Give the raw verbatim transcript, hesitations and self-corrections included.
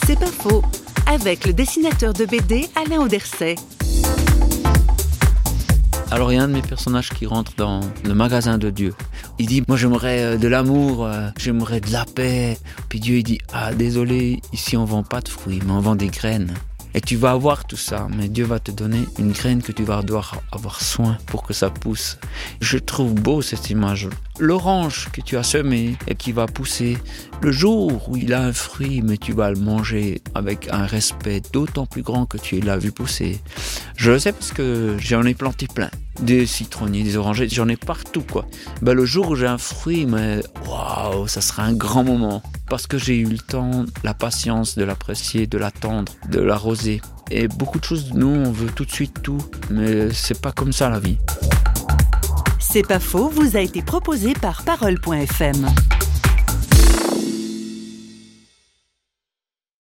C'est pas faux, avec le dessinateur de B D Alain Auderset. Alors il y a un de mes personnages qui rentre dans le magasin de Dieu. Il dit, moi j'aimerais de l'amour, j'aimerais de la paix. Puis Dieu il dit, ah désolé, ici on vend pas de fruits, mais on vend des graines. Et tu vas avoir tout ça, mais Dieu va te donner une graine que tu vas devoir avoir soin pour que ça pousse. Je trouve beau cette image. L'orange que tu as semé et qui va pousser, le jour où il a un fruit, mais tu vas le manger avec un respect d'autant plus grand que tu l'as vu pousser. Je le sais parce que j'en ai planté plein. Des citronniers, des orangers, j'en ai partout quoi. Ben, le jour où j'ai un fruit, mais waouh, ça sera un grand moment. Parce que j'ai eu le temps, la patience de l'apprécier, de l'attendre, de l'arroser. Et beaucoup de choses, nous, on veut tout de suite tout, mais c'est pas comme ça la vie. C'est pas faux, vous a été proposé par Parole point F M.